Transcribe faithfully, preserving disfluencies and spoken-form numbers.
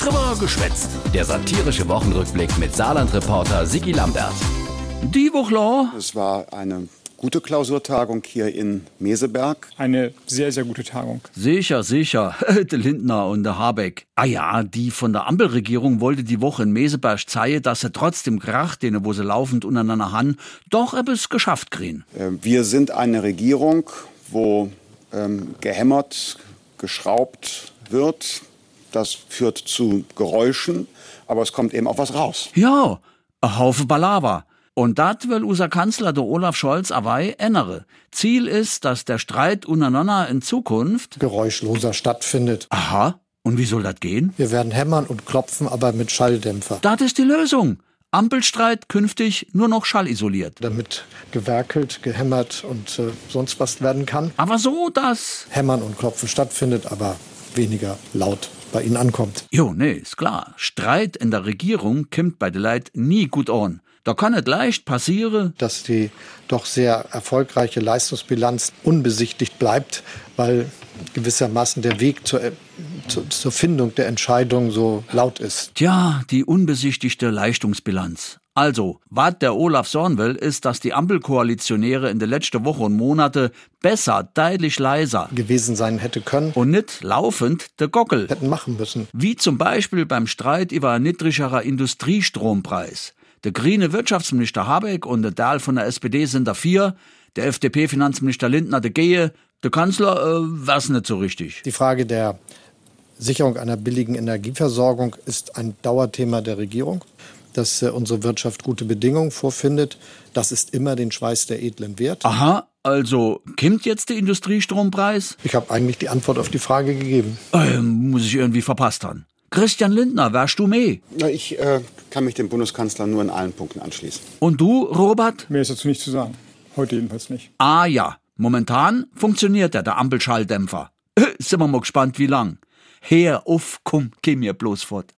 Drüber geschwätzt. Der satirische Wochenrückblick mit Saarland-Reporter Sigi Lambert. Die Woche. Es war eine gute Klausurtagung hier in Meseberg. Eine sehr, sehr gute Tagung. Sicher, sicher. Der Lindner und der Habeck. Ah ja, die von der Ampelregierung wollte die Woche in Meseberg zeigen, dass sie trotzdem Krach, denen wo sie laufend untereinander han, doch etwas geschafft kriegen. Wir sind eine Regierung, wo ähm, gehämmert, geschraubt wird. Das führt zu Geräuschen, aber es kommt eben auch was raus. Ja, ein Haufen Palaver. Und dat will unser Kanzler, der Olaf Scholz, awei ändere. Ziel ist, dass der Streit untereinander in Zukunft geräuschloser stattfindet. Aha, und wie soll das gehen? Wir werden hämmern und klopfen, aber mit Schalldämpfer. Das ist die Lösung. Ampelstreit künftig nur noch schallisoliert. Damit gewerkelt, gehämmert und äh, sonst was werden kann. Aber so, dass Hämmern und Klopfen stattfindet, aber weniger laut bei Ihnen ankommt. Jo, nee, ist klar. Streit in der Regierung kommt bei den Leid nie gut an. Da kann es leicht passieren, dass die doch sehr erfolgreiche Leistungsbilanz unbesichtigt bleibt, weil gewissermaßen der Weg zur, zu, zur Findung der Entscheidung so laut ist. Tja, die unbesichtigte Leistungsbilanz. Also, was der Olaf sagen will, ist, dass die Ampelkoalitionäre in den letzten Wochen und Monate besser, deutlich leiser gewesen sein hätte können und nicht laufend der Gockel hätten machen müssen. Wie zum Beispiel beim Streit über einen niedrigerer Industriestrompreis. Der grüne Wirtschaftsminister Habeck und der Dahl von der S P D sind dafür, der F D P-Finanzminister Lindner der Gehe, der Kanzler äh, weiß nicht so richtig. Die Frage der Sicherung einer billigen Energieversorgung ist ein Dauerthema der Regierung. Dass äh, unsere Wirtschaft gute Bedingungen vorfindet, das ist immer den Schweiß der Edlen wert. Aha, also kommt jetzt der Industriestrompreis? Ich habe eigentlich die Antwort auf die Frage gegeben. Ähm, muss ich irgendwie verpasst haben. Christian Lindner, wärst du mehr? Na, ich äh, kann mich dem Bundeskanzler nur in allen Punkten anschließen. Und du, Robert? Mehr ist dazu nicht zu sagen. Heute jedenfalls nicht. Ah ja, momentan funktioniert der, der Ampelschalldämpfer. Sind wir mal gespannt, wie lang. Her, uff, komm, geh mir bloß fort.